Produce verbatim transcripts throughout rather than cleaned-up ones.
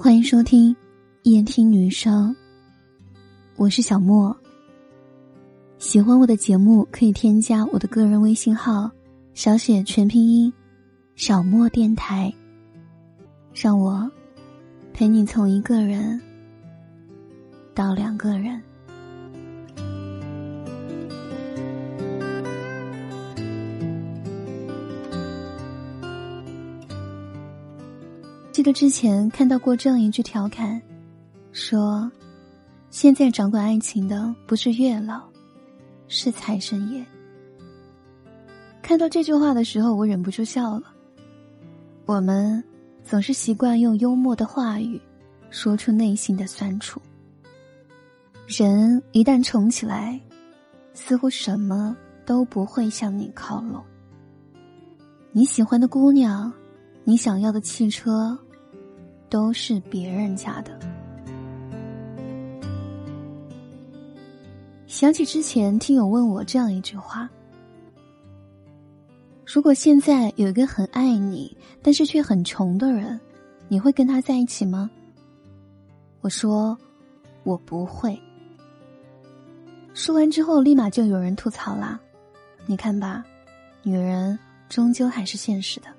欢迎收听夜听女生，我是小莫。喜欢我的节目可以添加我的个人微信号，小写全拼音小莫电台，让我陪你从一个人到两个人。记得之前看到过这样一句调侃，说现在掌管爱情的不是月老，是财神爷。看到这句话的时候，我忍不住笑了。我们总是习惯用幽默的话语说出内心的酸楚，人一旦宠起来，似乎什么都不会向你靠拢。你喜欢的姑娘，你想要的汽车，都是别人家的。想起之前听友问我这样一句话，如果现在有一个很爱你但是却很穷的人，你会跟他在一起吗？我说我不会。说完之后立马就有人吐槽啦，你看吧，女人终究还是现实的。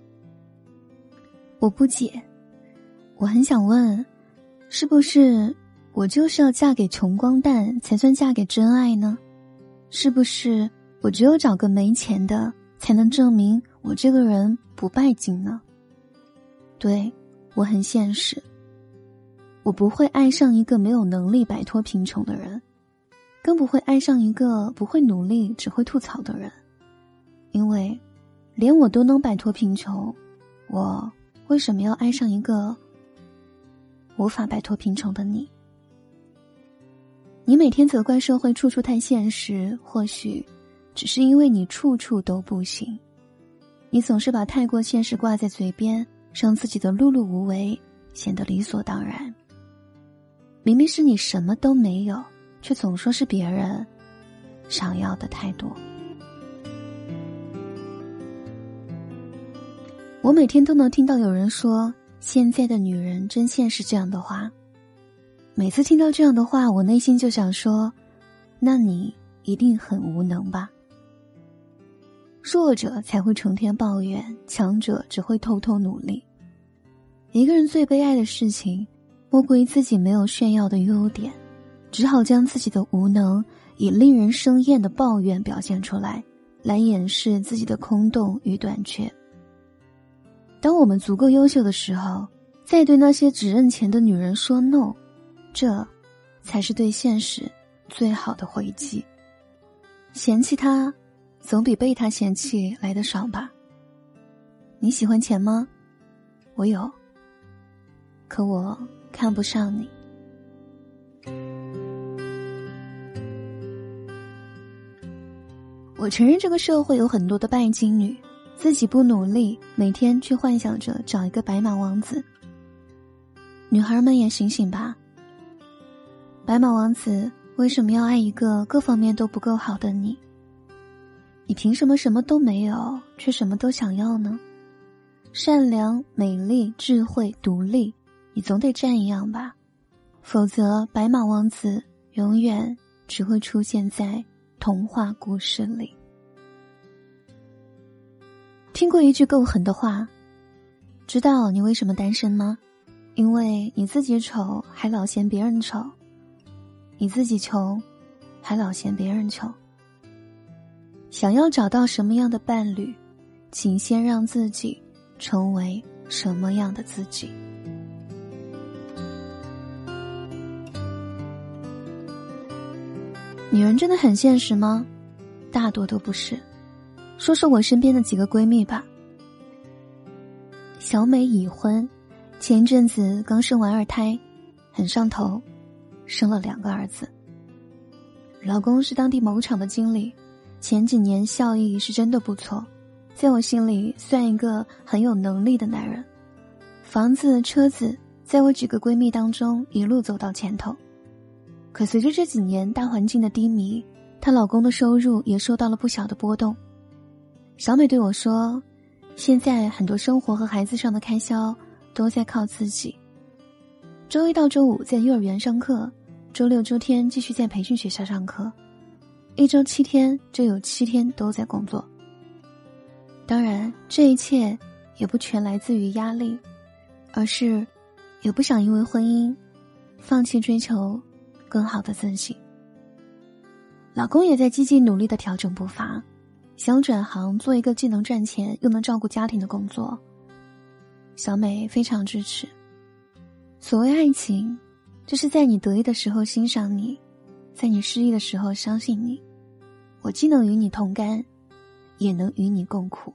我不解，我很想问，是不是我就是要嫁给穷光蛋才算嫁给真爱呢？是不是我只有找个没钱的才能证明我这个人不拜金呢？对，我很现实，我不会爱上一个没有能力摆脱贫穷的人，更不会爱上一个不会努力只会吐槽的人，因为连我都能摆脱贫穷，我为什么要爱上一个无法摆脱贫穷的你？你每天责怪社会处处太现实，或许只是因为你处处都不行。你总是把太过现实挂在嘴边，让自己的碌碌无为显得理所当然。明明是你什么都没有，却总说是别人想要的太多。我每天都能听到有人说现在的女人真现实这样的话，每次听到这样的话，我内心就想说，那你一定很无能吧。弱者才会成天抱怨，强者只会偷偷努力。一个人最悲哀的事情，莫过于自己没有炫耀的优点，只好将自己的无能以令人生厌的抱怨表现出来，来掩饰自己的空洞与短缺。当我们足够优秀的时候，再对那些只认钱的女人说 no， 这才是对现实最好的回击。嫌弃她总比被她嫌弃来得爽吧。你喜欢钱吗？我有，可我看不上你。我承认这个社会有很多的拜金女，自己不努力，每天却幻想着找一个白马王子。女孩们也醒醒吧，白马王子为什么要爱一个各方面都不够好的你？你凭什么什么都没有，却什么都想要呢？善良、美丽、智慧、独立，你总得占一样吧，否则白马王子永远只会出现在童话故事里。听过一句够狠的话，知道你为什么单身吗？因为你自己丑还老嫌别人丑，你自己穷还老嫌别人穷。想要找到什么样的伴侣，请先让自己成为什么样的自己。女人真的很现实吗？大多都不是。说说我身边的几个闺蜜吧。小美已婚，前一阵子刚生完二胎，很上头，生了两个儿子。老公是当地某厂的经理，前几年效益是真的不错，在我心里算一个很有能力的男人。房子、车子，在我几个闺蜜当中一路走到前头。可随着这几年大环境的低迷，她老公的收入也受到了不小的波动。小美对我说，现在很多生活和孩子上的开销都在靠自己， 周一到周五在幼儿园上课，周六周天继续在培训学校上课，一周七天就有七天都在工作。当然，这一切也不全来自于压力，而是也不想因为婚姻放弃追求更好的自己。老公也在积极努力地调整步伐，想转行做一个既能赚钱又能照顾家庭的工作。小美非常支持。所谓爱情，就是在你得意的时候欣赏你，在你失意的时候相信你。我既能与你同甘，也能与你共苦。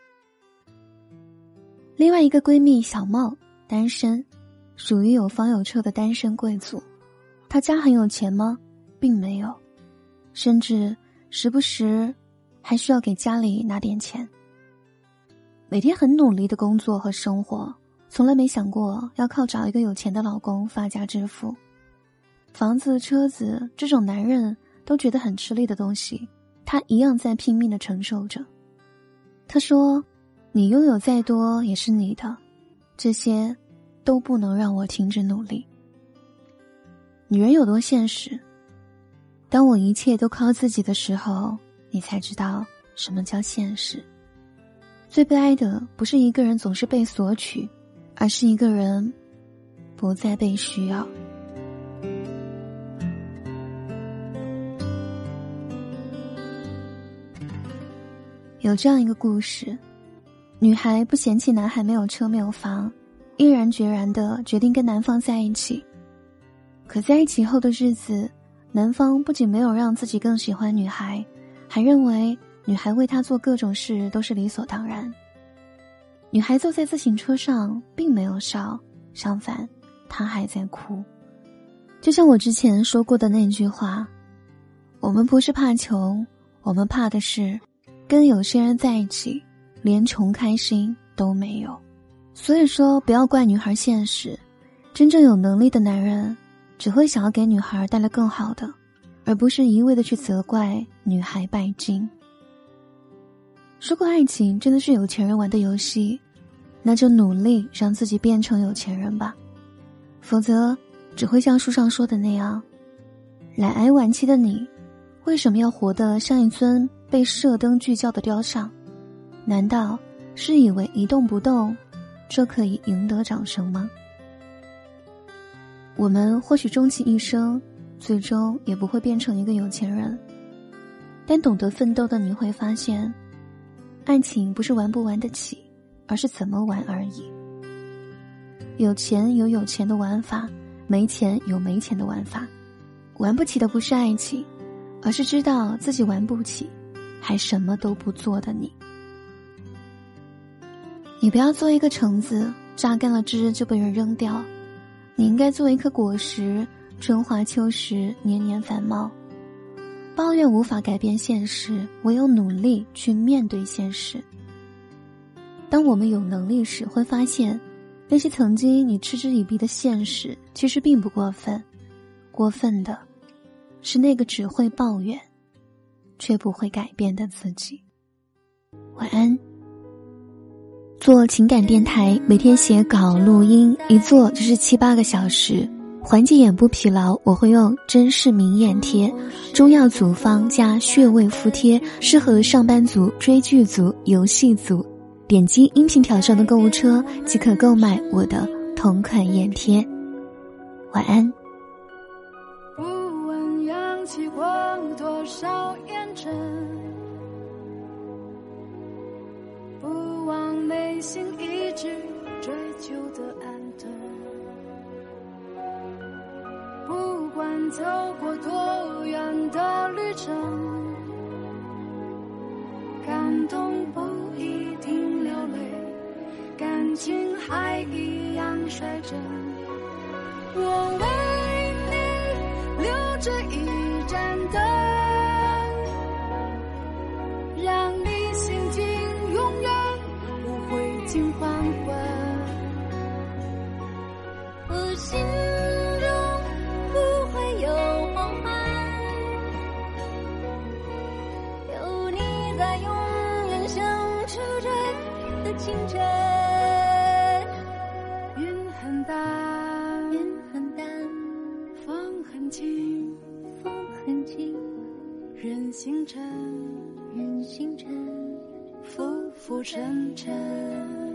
另外一个闺蜜小茂单身，属于有房有车的单身贵族。她家很有钱吗？并没有，甚至时不时还需要给家里拿点钱。每天很努力的工作和生活，从来没想过要靠找一个有钱的老公发家致富。房子、车子，这种男人都觉得很吃力的东西，她一样在拼命地承受着。她说，你拥有再多也是你的，这些都不能让我停止努力。女人有多现实，当我一切都靠自己的时候，你才知道什么叫现实。最悲哀的不是一个人总是被索取，而是一个人不再被需要。有这样一个故事，女孩不嫌弃男孩没有车没有房，毅然决然地决定跟男方在一起。可在一起后的日子，男方不仅没有让自己更喜欢女孩，还认为女孩为他做各种事都是理所当然。女孩坐在自行车上并没有笑，相反，她还在哭。就像我之前说过的那句话，我们不是怕穷，我们怕的是跟有些人在一起，连穷开心都没有。所以说，不要怪女孩现实，真正有能力的男人只会想要给女孩带来更好的，而不是一味的去责怪女孩拜金。如果爱情真的是有钱人玩的游戏，那就努力让自己变成有钱人吧，否则只会像书上说的那样，懒癌晚期的你，为什么要活得像一尊被射灯聚焦的雕像？难道是以为一动不动这可以赢得掌声吗？我们或许终其一生，最终也不会变成一个有钱人，但懂得奋斗的你会发现，爱情不是玩不玩得起，而是怎么玩而已。有钱有有钱的玩法，没钱有没钱的玩法。玩不起的不是爱情，而是知道自己玩不起，还什么都不做的你。你不要做一个橙子，榨干了汁就被人扔掉。你应该做一颗果实，春华秋实，年年繁茂。抱怨无法改变现实，唯有努力去面对现实。当我们有能力时，会发现那些曾经你嗤之以鼻的现实其实并不过分，过分的是那个只会抱怨却不会改变的自己。晚安。做情感电台，每天写稿录音，一做就是七八个小时。缓解眼部疲劳，我会用真视明眼贴，中药组方加穴位敷贴，适合上班族、追剧族、游戏族。点击音频条上的购物车即可购买我的同款眼贴。晚安。 不问扬起过多少烟尘，不忘内心一直追求的安顿，不管走过多远的旅程，感动不一定流泪，感情还一样率真。我为你留着一盏灯，让你心境永远不会尽黄昏。 我心中不会有黄昏，有你在永远相处着的清晨。 云很淡， 云很轻， 风很轻， 人心沉， 人心沉， 浮浮沉沉。